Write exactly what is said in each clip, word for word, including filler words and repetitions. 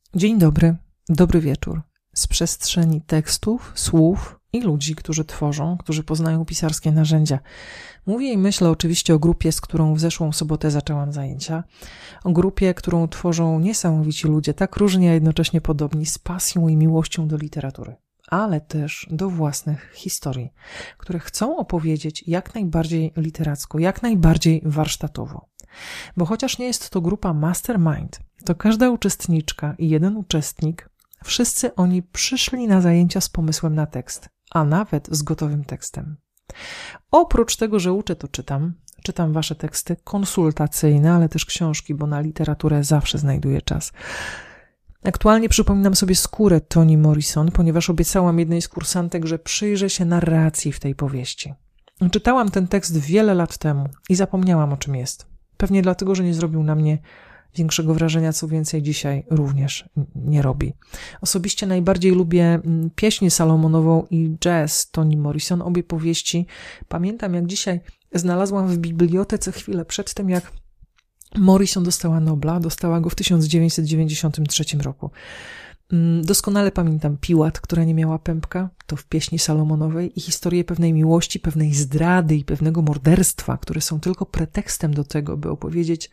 Dzień dobry, dobry wieczór. Z przestrzeni tekstów, słów i ludzi, którzy tworzą, którzy poznają pisarskie narzędzia. Mówię i myślę oczywiście o grupie, z którą w zeszłą sobotę zaczęłam zajęcia. O grupie, którą tworzą niesamowici ludzie, tak różni, a jednocześnie podobni, z pasją i miłością do literatury, ale też do własnych historii, które chcą opowiedzieć jak najbardziej literacko, jak najbardziej warsztatowo. Bo chociaż nie jest to grupa mastermind, to każda uczestniczka i jeden uczestnik, wszyscy oni przyszli na zajęcia z pomysłem na tekst, a nawet z gotowym tekstem. Oprócz tego, że uczę, to czytam. Czytam wasze teksty konsultacyjne, ale też książki, bo na literaturę zawsze znajduję czas. Aktualnie przypominam sobie Skórę Toni Morrison, ponieważ obiecałam jednej z kursantek, że przyjrzę się narracji w tej powieści. Czytałam ten tekst wiele lat temu i zapomniałam, o czym jest. Pewnie dlatego, że nie zrobił na mnie większego wrażenia, co więcej dzisiaj również nie robi. Osobiście najbardziej lubię pieśń Salomonową i jazz Toni Morrison. Obie powieści pamiętam, jak dzisiaj znalazłam w bibliotece chwilę przed tym, jak Morrison dostała Nobla. Dostała go w tysiąc dziewięćset dziewięćdziesiątym trzecim roku. Doskonale pamiętam Piłat, która nie miała pępka, to w pieśni Salomonowej, i historię pewnej miłości, pewnej zdrady i pewnego morderstwa, które są tylko pretekstem do tego, by opowiedzieć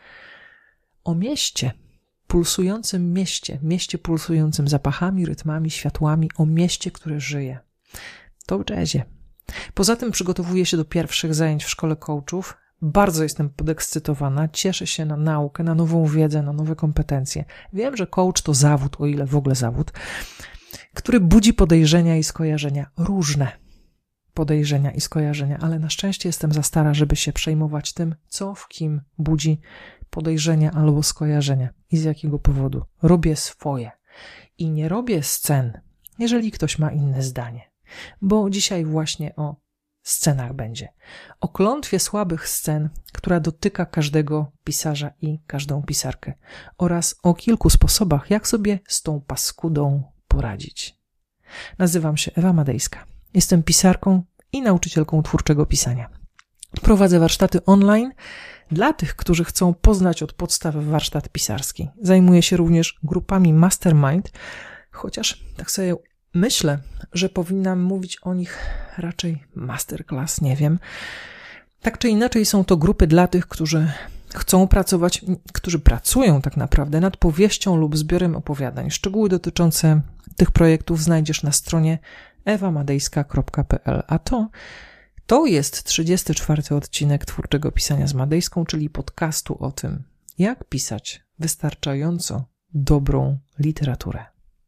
o mieście, pulsującym mieście, mieście pulsującym zapachami, rytmami, światłami, o mieście, które żyje. To w jazzie. Poza tym przygotowuję się do pierwszych zajęć w szkole coachów. Bardzo jestem podekscytowana, cieszę się na naukę, na nową wiedzę, na nowe kompetencje. Wiem, że coach to zawód, o ile w ogóle zawód, który budzi podejrzenia i skojarzenia. Różne podejrzenia i skojarzenia, ale na szczęście jestem za stara, żeby się przejmować tym, co w kim budzi podejrzenia albo skojarzenia i z jakiego powodu. Robię swoje i nie robię scen, jeżeli ktoś ma inne zdanie, bo dzisiaj właśnie o scenach będzie. O klątwie słabych scen, która dotyka każdego pisarza i każdą pisarkę, oraz o kilku sposobach, jak sobie z tą paskudą poradzić. Nazywam się Ewa Madejska. Jestem pisarką i nauczycielką twórczego pisania. Prowadzę warsztaty online dla tych, którzy chcą poznać od podstaw warsztat pisarski. Zajmuję się również grupami mastermind, chociaż tak sobie myślę, że powinnam mówić o nich raczej masterclass, nie wiem. Tak czy inaczej są to grupy dla tych, którzy chcą pracować, którzy pracują tak naprawdę nad powieścią lub zbiorem opowiadań. Szczegóły dotyczące tych projektów znajdziesz na stronie ewa madejska kropka p l. A to, to jest trzydziesty czwarty odcinek Twórczego Pisania z Madejską, czyli podcastu o tym, jak pisać wystarczająco dobrą literaturę.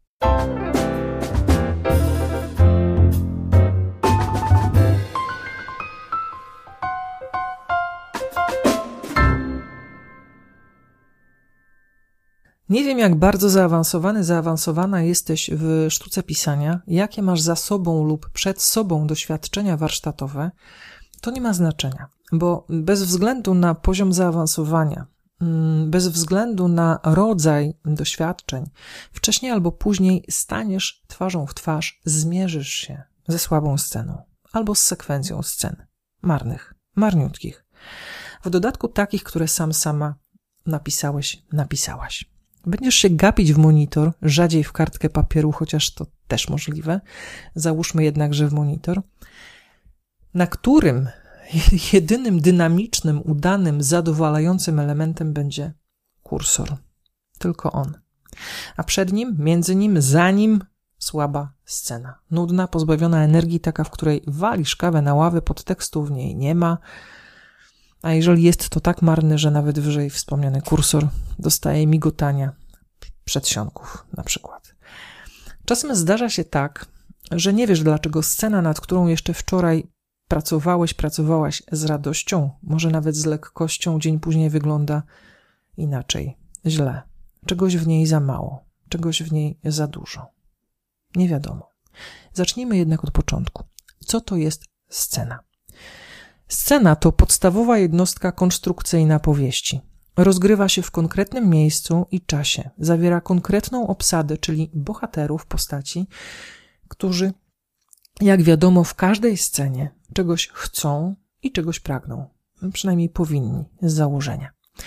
Nie wiem, jak bardzo zaawansowany, zaawansowana jesteś w sztuce pisania, jakie masz za sobą lub przed sobą doświadczenia warsztatowe, to nie ma znaczenia, bo bez względu na poziom zaawansowania, bez względu na rodzaj doświadczeń, wcześniej albo później staniesz twarzą w twarz, zmierzysz się ze słabą sceną albo z sekwencją scen, marnych, marniutkich. W dodatku takich, które sam sama napisałeś, napisałaś. Będziesz się gapić w monitor, rzadziej w kartkę papieru, chociaż to też możliwe. Załóżmy jednak, że w monitor, na którym jedynym dynamicznym, udanym, zadowalającym elementem będzie kursor. Tylko on. A przed nim, między nim, za nim słaba scena. Nudna, pozbawiona energii, taka, w której walisz kawę na ławę, podtekstu w niej nie ma. A jeżeli jest, to tak marny, że nawet wyżej wspomniany kursor dostaje migotania przedsionków na przykład. Czasem zdarza się tak, że nie wiesz, dlaczego scena, nad którą jeszcze wczoraj pracowałeś, pracowałaś z radością, może nawet z lekkością, dzień później wygląda inaczej, źle. Czegoś w niej za mało, czegoś w niej za dużo. Nie wiadomo. Zacznijmy jednak od początku. Co to jest scena? Scena to podstawowa jednostka konstrukcyjna powieści. Rozgrywa się w konkretnym miejscu i czasie. Zawiera konkretną obsadę, czyli bohaterów, postaci, którzy, jak wiadomo, w każdej scenie czegoś chcą i czegoś pragną. Przynajmniej powinni z założenia.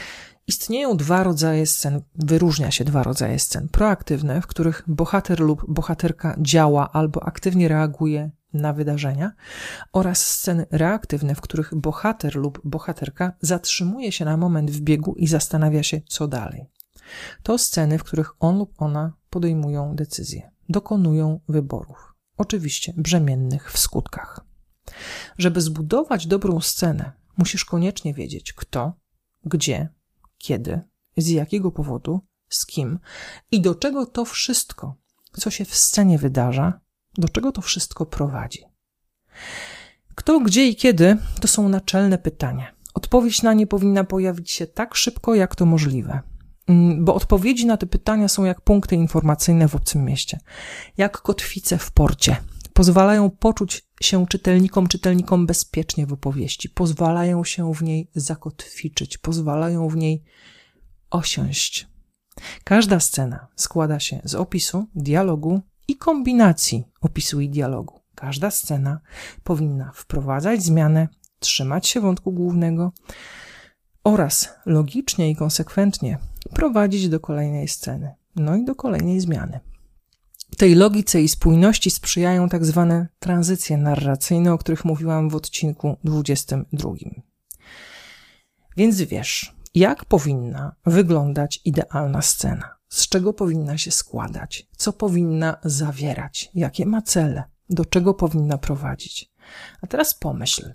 Istnieją dwa rodzaje scen, wyróżnia się dwa rodzaje scen. Proaktywne, w których bohater lub bohaterka działa albo aktywnie reaguje na wydarzenia, oraz sceny reaktywne, w których bohater lub bohaterka zatrzymuje się na moment w biegu i zastanawia się, co dalej. To sceny, w których on lub ona podejmują decyzje, dokonują wyborów, oczywiście brzemiennych w skutkach. Żeby zbudować dobrą scenę, musisz koniecznie wiedzieć kto, gdzie, kiedy, z jakiego powodu, z kim i do czego to wszystko, co się w scenie wydarza, do czego to wszystko prowadzi. Kto, gdzie i kiedy to są naczelne pytania. Odpowiedź na nie powinna pojawić się tak szybko, jak to możliwe. Bo odpowiedzi na te pytania są jak punkty informacyjne w obcym mieście, jak kotwice w porcie. Pozwalają poczuć się czytelnikom, czytelnikom bezpiecznie w opowieści, pozwalają się w niej zakotwiczyć, pozwalają w niej osiąść. Każda scena składa się z opisu, dialogu i kombinacji opisu i dialogu. Każda scena powinna wprowadzać zmianę, trzymać się wątku głównego oraz logicznie i konsekwentnie prowadzić do kolejnej sceny, no i do kolejnej zmiany. Tej logice i spójności sprzyjają tak zwane tranzycje narracyjne, o których mówiłam w odcinku dwudziestym drugim. Więc wiesz, jak powinna wyglądać idealna scena, z czego powinna się składać, co powinna zawierać, jakie ma cele, do czego powinna prowadzić. A teraz pomyśl.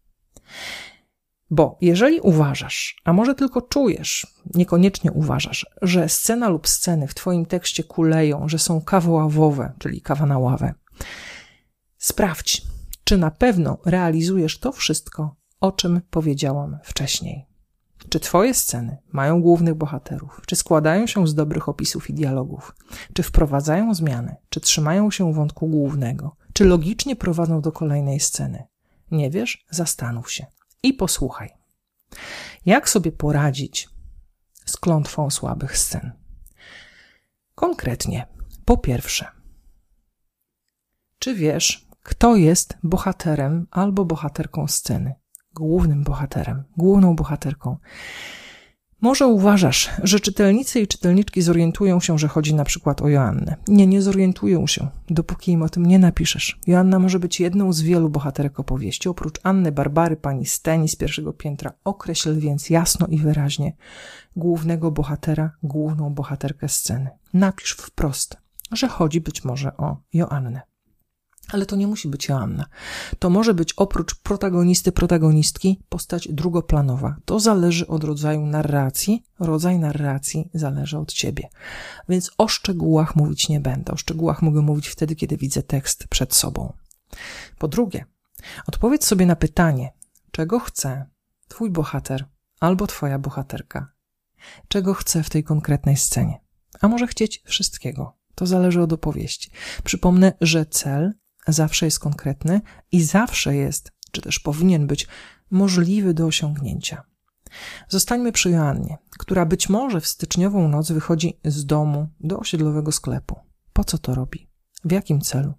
Bo jeżeli uważasz, a może tylko czujesz, niekoniecznie uważasz, że scena lub sceny w twoim tekście kuleją, że są kawoławowe, czyli kawa na ławę, sprawdź, czy na pewno realizujesz to wszystko, o czym powiedziałam wcześniej. Czy twoje sceny mają głównych bohaterów? Czy składają się z dobrych opisów i dialogów? Czy wprowadzają zmiany? Czy trzymają się wątku głównego? Czy logicznie prowadzą do kolejnej sceny? Nie wiesz? Zastanów się i posłuchaj. Jak sobie poradzić z klątwą słabych scen? Konkretnie, po pierwsze, czy wiesz, kto jest bohaterem albo bohaterką sceny? Głównym bohaterem, główną bohaterką. Może uważasz, że czytelnicy i czytelniczki zorientują się, że chodzi na przykład o Joannę. Nie, nie zorientują się, dopóki im o tym nie napiszesz. Joanna może być jedną z wielu bohaterek opowieści. Oprócz Anny, Barbary, pani Steni z pierwszego piętra, określ więc jasno i wyraźnie głównego bohatera, główną bohaterkę sceny. Napisz wprost, że chodzi być może o Joannę. Ale to nie musi być Joanna. To może być oprócz protagonisty, protagonistki postać drugoplanowa. To zależy od rodzaju narracji. Rodzaj narracji zależy od ciebie. Więc o szczegółach mówić nie będę. O szczegółach mogę mówić wtedy, kiedy widzę tekst przed sobą. Po drugie, odpowiedz sobie na pytanie, czego chce twój bohater albo twoja bohaterka. Czego chce w tej konkretnej scenie. A może chcieć wszystkiego. To zależy od opowieści. Przypomnę, że cel zawsze jest konkretny i zawsze jest, czy też powinien być, możliwy do osiągnięcia. Zostańmy przy Joannie, która być może w styczniową noc wychodzi z domu do osiedlowego sklepu. Po co to robi? W jakim celu?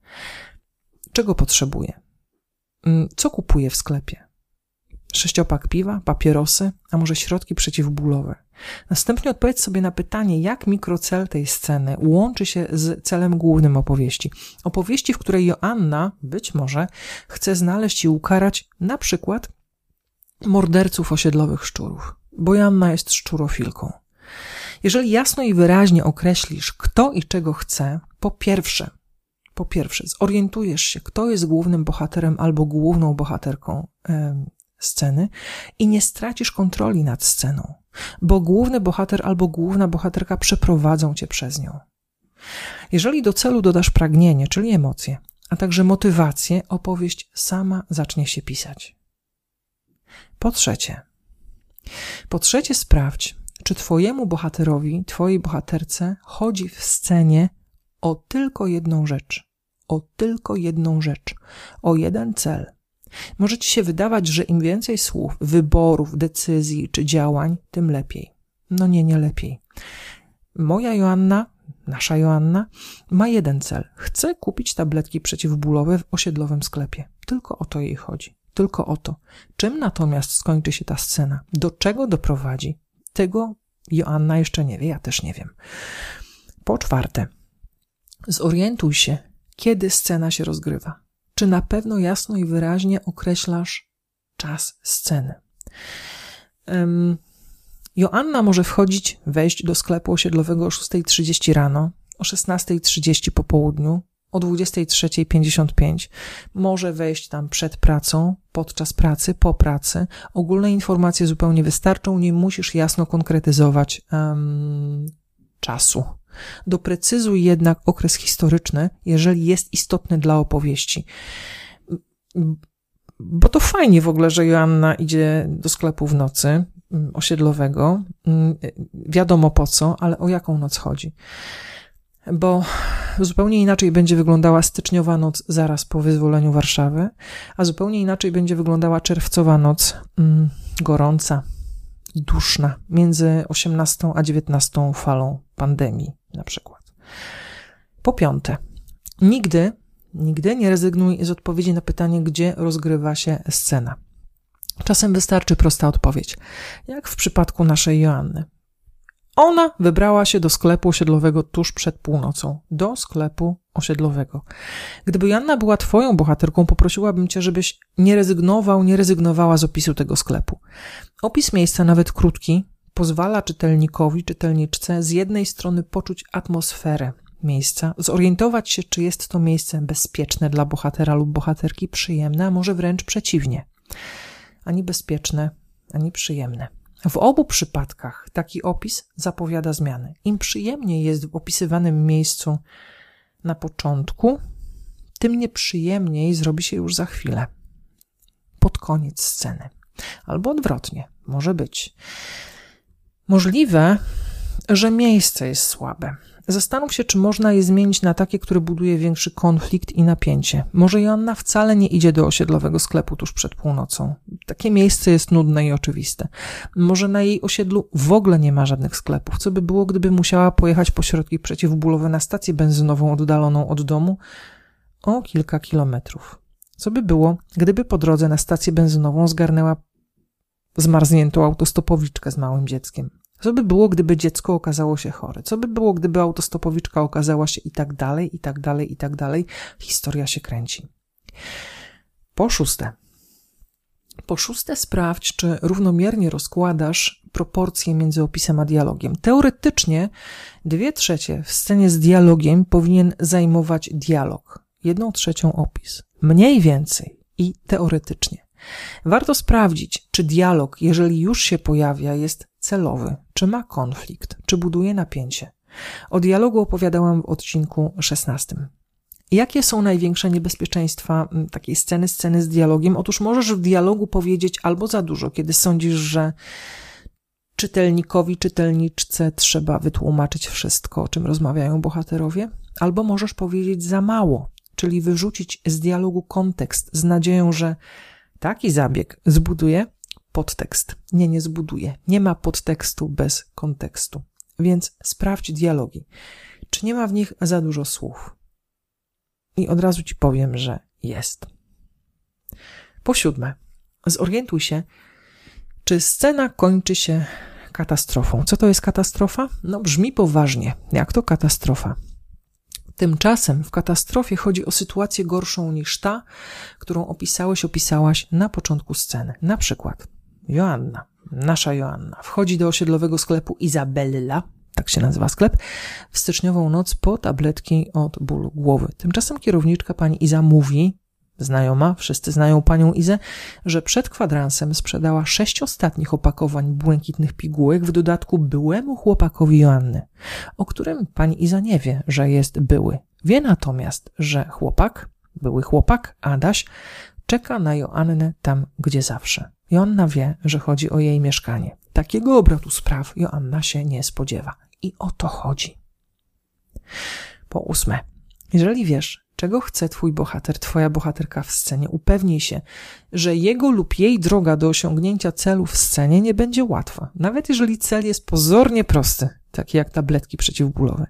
Czego potrzebuje? Co kupuje w sklepie? Sześciopak piwa, papierosy, a może środki przeciwbólowe. Następnie odpowiedz sobie na pytanie, jak mikrocel tej sceny łączy się z celem głównym opowieści. Opowieści, w której Joanna, być może, chce znaleźć i ukarać na przykład morderców osiedlowych szczurów, bo Joanna jest szczurofilką. Jeżeli jasno i wyraźnie określisz, kto i czego chce, po pierwsze, po pierwsze zorientujesz się, kto jest głównym bohaterem albo główną bohaterką yy, sceny i nie stracisz kontroli nad sceną, bo główny bohater albo główna bohaterka przeprowadzą cię przez nią. Jeżeli do celu dodasz pragnienie, czyli emocje, a także motywację, opowieść sama zacznie się pisać. Po trzecie, po trzecie sprawdź, czy twojemu bohaterowi, twojej bohaterce chodzi w scenie o tylko jedną rzecz, o tylko jedną rzecz, o jeden cel. Może ci się wydawać, że im więcej słów, wyborów, decyzji czy działań, tym lepiej. No nie, nie lepiej. Moja Joanna, nasza Joanna, ma jeden cel. Chce kupić tabletki przeciwbólowe w osiedlowym sklepie. Tylko o to jej chodzi. Tylko o to. Czym natomiast skończy się ta scena? Do czego doprowadzi? Tego Joanna jeszcze nie wie, ja też nie wiem. Po czwarte, zorientuj się, kiedy scena się rozgrywa. Czy na pewno jasno i wyraźnie określasz czas sceny. Um, Joanna może wchodzić, wejść do sklepu osiedlowego o szóstej trzydzieści rano, o szesnastej trzydzieści po południu, o dwudziestej trzeciej pięćdziesiąt pięć. Może wejść tam przed pracą, podczas pracy, po pracy. Ogólne informacje zupełnie wystarczą, nie musisz jasno konkretyzować um, czasu. Doprecyzuj jednak okres historyczny, jeżeli jest istotny dla opowieści. Bo to fajnie w ogóle, że Joanna idzie do sklepu w nocy osiedlowego. Wiadomo po co, ale o jaką noc chodzi. Bo zupełnie inaczej będzie wyglądała styczniowa noc zaraz po wyzwoleniu Warszawy, a zupełnie inaczej będzie wyglądała czerwcowa noc, mm, gorąca, duszna, między osiemnastą a dziewiętnastą falą pandemii na przykład. Po piąte, nigdy, nigdy nie rezygnuj z odpowiedzi na pytanie, gdzie rozgrywa się scena. Czasem wystarczy prosta odpowiedź, jak w przypadku naszej Joanny. Ona wybrała się do sklepu osiedlowego tuż przed północą. Do sklepu osiedlowego. Gdyby Joanna była twoją bohaterką, poprosiłabym cię, żebyś nie rezygnował, nie rezygnowała z opisu tego sklepu. Opis miejsca, nawet krótki, pozwala czytelnikowi, czytelniczce z jednej strony poczuć atmosferę miejsca, zorientować się, czy jest to miejsce bezpieczne dla bohatera lub bohaterki, przyjemne, a może wręcz przeciwnie. Ani bezpieczne, ani przyjemne. W obu przypadkach taki opis zapowiada zmiany. Im przyjemniej jest w opisywanym miejscu na początku, tym nieprzyjemniej zrobi się już za chwilę. Pod koniec sceny. Albo odwrotnie. Może być. Możliwe, że miejsce jest słabe. Zastanów się, czy można je zmienić na takie, które buduje większy konflikt i napięcie. Może Joanna wcale nie idzie do osiedlowego sklepu tuż przed północą. Takie miejsce jest nudne i oczywiste. Może na jej osiedlu w ogóle nie ma żadnych sklepów. Co by było, gdyby musiała pojechać po środki przeciwbólowe na stację benzynową oddaloną od domu o kilka kilometrów? Co by było, gdyby po drodze na stację benzynową zgarnęła zmarzniętą autostopowiczkę z małym dzieckiem? Co by było, gdyby dziecko okazało się chore? Co by było, gdyby autostopowiczka okazała się i tak dalej, i tak dalej, i tak dalej? Historia się kręci. Po szóste. Po szóste sprawdź, czy równomiernie rozkładasz proporcje między opisem a dialogiem. Teoretycznie dwie trzecie w scenie z dialogiem powinien zajmować dialog. Jedną trzecią opis. Mniej więcej i teoretycznie. Warto sprawdzić, czy dialog, jeżeli już się pojawia, jest celowy, czy ma konflikt, czy buduje napięcie. O dialogu opowiadałam w odcinku szesnastym. Jakie są największe niebezpieczeństwa takiej sceny, sceny z dialogiem? Otóż możesz w dialogu powiedzieć albo za dużo, kiedy sądzisz, że czytelnikowi, czytelniczce trzeba wytłumaczyć wszystko, o czym rozmawiają bohaterowie, albo możesz powiedzieć za mało, czyli wyrzucić z dialogu kontekst z nadzieją, że taki zabieg zbuduje podtekst. Nie, nie zbuduje. Nie ma podtekstu bez kontekstu. Więc sprawdź dialogi. Czy nie ma w nich za dużo słów? I od razu ci powiem, że jest. Po siódme. Zorientuj się, czy scena kończy się katastrofą. Co to jest katastrofa? No brzmi poważnie. Jak to katastrofa? Tymczasem w katastrofie chodzi o sytuację gorszą niż ta, którą opisałeś, opisałaś na początku sceny. Na przykład Joanna, nasza Joanna, wchodzi do osiedlowego sklepu Izabella, tak się nazywa sklep, w styczniową noc po tabletki od bólu głowy. Tymczasem kierowniczka pani Iza mówi, znajoma, wszyscy znają panią Izę, że przed kwadransem sprzedała sześć ostatnich opakowań błękitnych pigułek, w dodatku byłemu chłopakowi Joanny, o którym pani Iza nie wie, że jest były. Wie natomiast, że chłopak, były chłopak, Adaś, czeka na Joannę tam, gdzie zawsze. Joanna wie, że chodzi o jej mieszkanie. Takiego obrotu spraw Joanna się nie spodziewa. I o to chodzi. Po ósme. Jeżeli wiesz, czego chce twój bohater, twoja bohaterka w scenie, upewnij się, że jego lub jej droga do osiągnięcia celu w scenie nie będzie łatwa. Nawet jeżeli cel jest pozornie prosty, taki jak tabletki przeciwbólowe.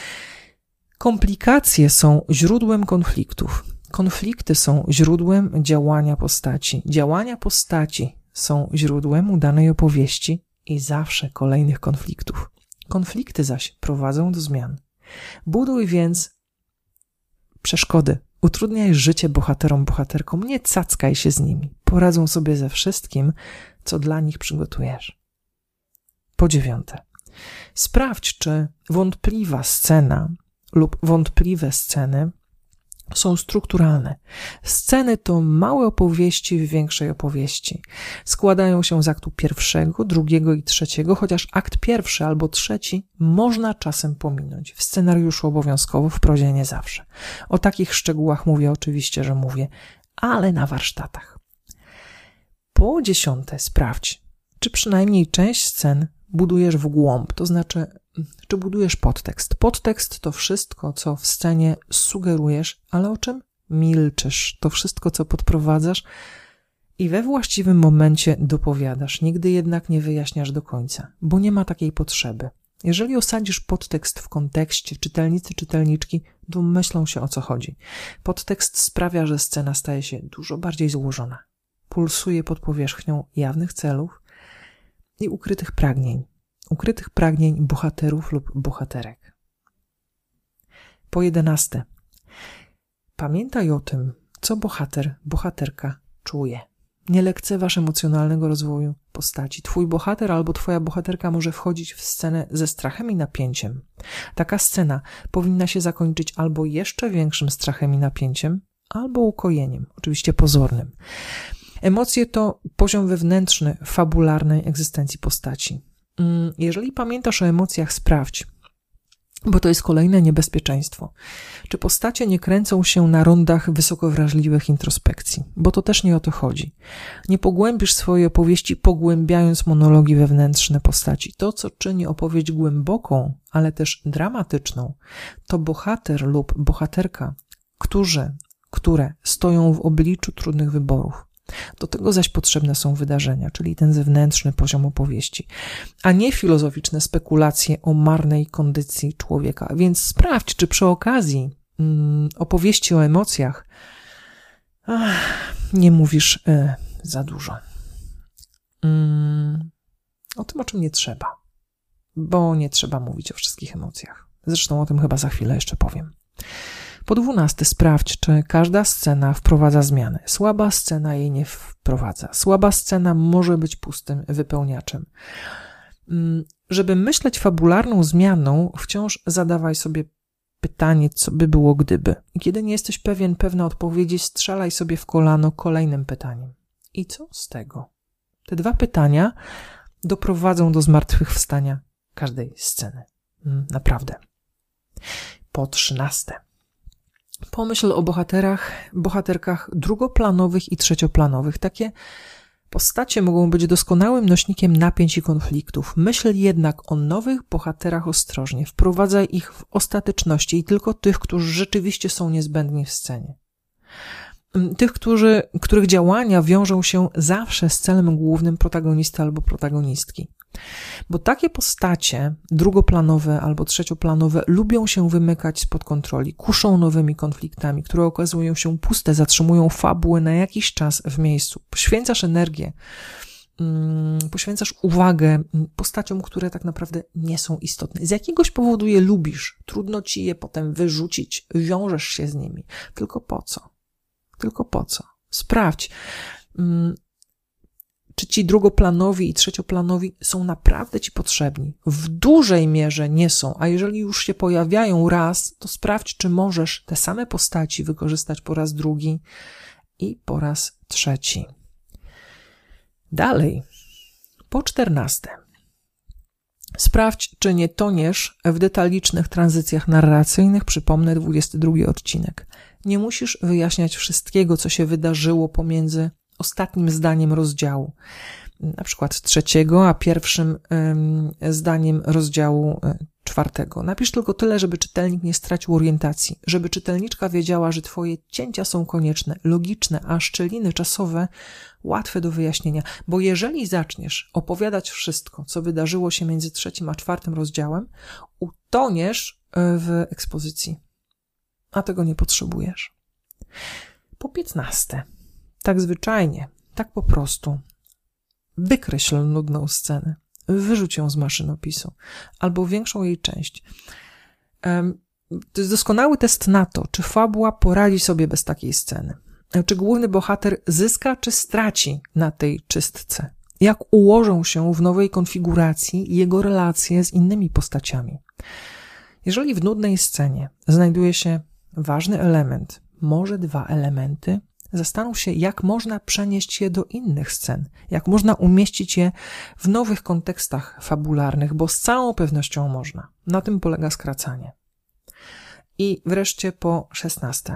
Komplikacje są źródłem konfliktów. Konflikty są źródłem działania postaci. Działania postaci są źródłem udanej opowieści i zawsze kolejnych konfliktów. Konflikty zaś prowadzą do zmian. Buduj więc przeszkody. Utrudniaj życie bohaterom, bohaterkom. Nie cackaj się z nimi. Poradzą sobie ze wszystkim, co dla nich przygotujesz. Po dziewiąte. Sprawdź, czy wątpliwa scena lub wątpliwe sceny są strukturalne. Sceny to małe opowieści w większej opowieści. Składają się z aktu pierwszego, drugiego i trzeciego, chociaż akt pierwszy albo trzeci można czasem pominąć. W scenariuszu obowiązkowo, w prozie nie zawsze. O takich szczegółach mówię oczywiście, że mówię, ale na warsztatach. Po dziesiąte, sprawdź, czy przynajmniej część scen budujesz w głąb, to znaczy, czy budujesz podtekst. Podtekst to wszystko, co w scenie sugerujesz, ale o czym milczysz. To wszystko, co podprowadzasz i we właściwym momencie dopowiadasz. Nigdy jednak nie wyjaśniasz do końca, bo nie ma takiej potrzeby. Jeżeli osadzisz podtekst w kontekście, czytelnicy, czytelniczki domyślą się, o co chodzi. Podtekst sprawia, że scena staje się dużo bardziej złożona. Pulsuje pod powierzchnią jawnych celów i ukrytych pragnień. Ukrytych pragnień bohaterów lub bohaterek. Po jedenaste. Pamiętaj o tym, co bohater, bohaterka czuje. Nie lekceważ emocjonalnego rozwoju postaci. Twój bohater albo twoja bohaterka może wchodzić w scenę ze strachem i napięciem. Taka scena powinna się zakończyć albo jeszcze większym strachem i napięciem, albo ukojeniem, oczywiście pozornym. Emocje to poziom wewnętrzny fabularnej egzystencji postaci. Jeżeli pamiętasz o emocjach, sprawdź, bo to jest kolejne niebezpieczeństwo. Czy postacie nie kręcą się na rondach wysoko wrażliwych introspekcji? Bo to też nie o to chodzi. Nie pogłębisz swojej opowieści, pogłębiając monologi wewnętrzne postaci. To, co czyni opowieść głęboką, ale też dramatyczną, to bohater lub bohaterka, którzy, które stoją w obliczu trudnych wyborów. Do tego zaś potrzebne są wydarzenia, czyli ten zewnętrzny poziom opowieści, a nie filozoficzne spekulacje o marnej kondycji człowieka. Więc sprawdź, czy przy okazji mm, opowieści o emocjach ach, nie mówisz y, za dużo. Mm, o tym, o czym nie trzeba, bo nie trzeba mówić o wszystkich emocjach. Zresztą o tym chyba za chwilę jeszcze powiem. Po dwunaste, sprawdź, czy każda scena wprowadza zmiany. Słaba scena jej nie wprowadza. Słaba scena może być pustym wypełniaczem. Żeby myśleć fabularną zmianą, wciąż zadawaj sobie pytanie, co by było gdyby. I kiedy nie jesteś pewien, pewna odpowiedzi, strzelaj sobie w kolano kolejnym pytaniem. I co z tego? Te dwa pytania doprowadzą do zmartwychwstania każdej sceny. Naprawdę. Po trzynaste. Pomyśl o bohaterach, bohaterkach drugoplanowych i trzecioplanowych. Takie postacie mogą być doskonałym nośnikiem napięć i konfliktów. Myśl jednak o nowych bohaterach ostrożnie. Wprowadzaj ich w ostateczności i tylko tych, którzy rzeczywiście są niezbędni w scenie. Tych, którzy, których działania wiążą się zawsze z celem głównym protagonisty albo protagonistki. Bo takie postacie drugoplanowe albo trzecioplanowe lubią się wymykać spod kontroli, kuszą nowymi konfliktami, które okazują się puste, zatrzymują fabułę na jakiś czas w miejscu. Poświęcasz energię, mm, poświęcasz uwagę postaciom, które tak naprawdę nie są istotne. Z jakiegoś powodu je lubisz, trudno ci je potem wyrzucić, wiążesz się z nimi. Tylko po co? Tylko po co? Sprawdź, mm, czy ci drugoplanowi i trzecioplanowi są naprawdę ci potrzebni. W dużej mierze nie są, a jeżeli już się pojawiają raz, to sprawdź, czy możesz te same postaci wykorzystać po raz drugi i po raz trzeci. Dalej, po czternaste. Sprawdź, czy nie toniesz w detalicznych tranzycjach narracyjnych. Przypomnę, dwudziesty drugi odcinek. Nie musisz wyjaśniać wszystkiego, co się wydarzyło pomiędzy ostatnim zdaniem rozdziału, na przykład trzeciego, a pierwszym ym, zdaniem rozdziału y, czwartego. Napisz tylko tyle, żeby czytelnik nie stracił orientacji, żeby czytelniczka wiedziała, że twoje cięcia są konieczne, logiczne, a szczeliny czasowe łatwe do wyjaśnienia, bo jeżeli zaczniesz opowiadać wszystko, co wydarzyło się między trzecim a czwartym rozdziałem, utoniesz w ekspozycji, a tego nie potrzebujesz. Po piętnaste. Tak zwyczajnie, tak po prostu. Wykreśl nudną scenę. Wyrzuć ją z maszynopisu albo większą jej część. To jest doskonały test na to, czy fabuła poradzi sobie bez takiej sceny. Czy główny bohater zyska, czy straci na tej czystce. Jak ułożą się w nowej konfiguracji jego relacje z innymi postaciami. Jeżeli w nudnej scenie znajduje się ważny element, może dwa elementy, zastanów się, jak można przenieść je do innych scen, jak można umieścić je w nowych kontekstach fabularnych, bo z całą pewnością można. Na tym polega skracanie. I wreszcie po szesnaste.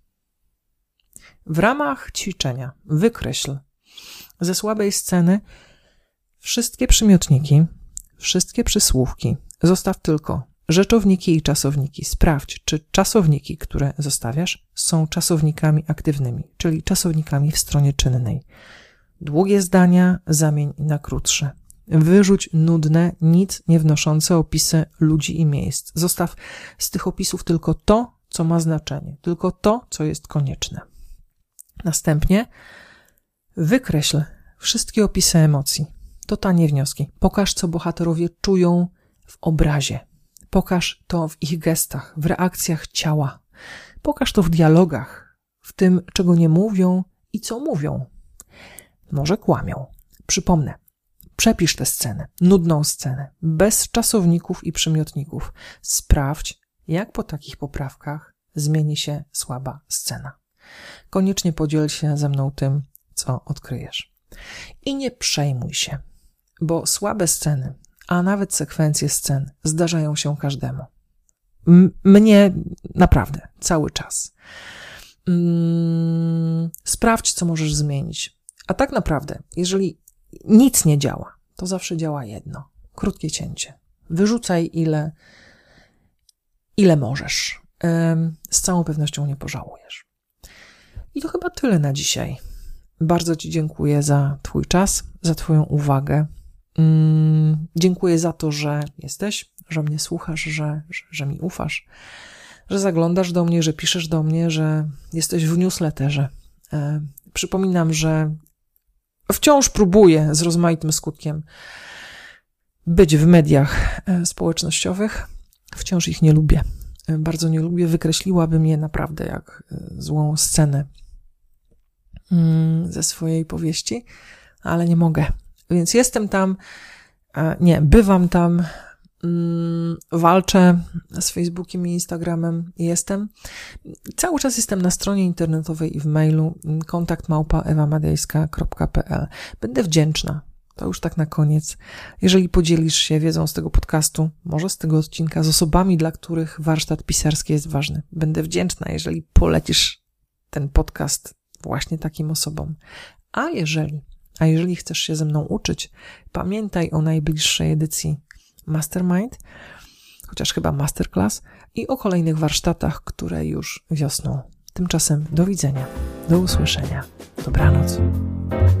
W ramach ćwiczenia wykreśl ze słabej sceny wszystkie przymiotniki, wszystkie przysłówki. Zostaw tylko rzeczowniki i czasowniki. Sprawdź, czy czasowniki, które zostawiasz, są czasownikami aktywnymi, czyli czasownikami w stronie czynnej. Długie zdania zamień na krótsze. Wyrzuć nudne, nic nie wnoszące opisy ludzi i miejsc. Zostaw z tych opisów tylko to, co ma znaczenie, tylko to, co jest konieczne. Następnie wykreśl wszystkie opisy emocji, totalnie wnioski. Pokaż, co bohaterowie czują w obrazie. Pokaż to w ich gestach, w reakcjach ciała. Pokaż to w dialogach, w tym, czego nie mówią i co mówią. Może kłamią. Przypomnę, przepisz tę scenę, nudną scenę, bez czasowników i przymiotników. Sprawdź, jak po takich poprawkach zmieni się słaba scena. Koniecznie podziel się ze mną tym, co odkryjesz. I nie przejmuj się, bo słabe sceny, a nawet sekwencje scen zdarzają się każdemu. M- mnie naprawdę, cały czas. Mm, sprawdź, co możesz zmienić. A tak naprawdę, jeżeli nic nie działa, to zawsze działa jedno. Krótkie cięcie. Wyrzucaj ile, ile możesz. Ym, z całą pewnością nie pożałujesz. I to chyba tyle na dzisiaj. Bardzo Ci dziękuję za Twój czas, za Twoją uwagę. Mm, dziękuję za to, że jesteś, że mnie słuchasz, że, że, że mi ufasz, że zaglądasz do mnie, że piszesz do mnie, że jesteś w newsletterze. E, przypominam, że wciąż próbuję z rozmaitym skutkiem być w mediach społecznościowych. Wciąż ich nie lubię. Bardzo nie lubię. Wykreśliłabym je naprawdę jak złą scenę ze swojej powieści, ale nie mogę. Więc jestem tam, nie, bywam tam, walczę z Facebookiem i Instagramem, jestem. Cały czas jestem na stronie internetowej i w mailu kontakt małpa ewa madejska kropka pe el. Będę wdzięczna, to już tak na koniec, jeżeli podzielisz się wiedzą z tego podcastu, może z tego odcinka, z osobami, dla których warsztat pisarski jest ważny. Będę wdzięczna, jeżeli polecisz ten podcast właśnie takim osobom. A jeżeli, a jeżeli chcesz się ze mną uczyć, pamiętaj o najbliższej edycji Mastermind, chociaż chyba Masterclass, i o kolejnych warsztatach, które już wiosną. Tymczasem do widzenia, do usłyszenia, dobranoc.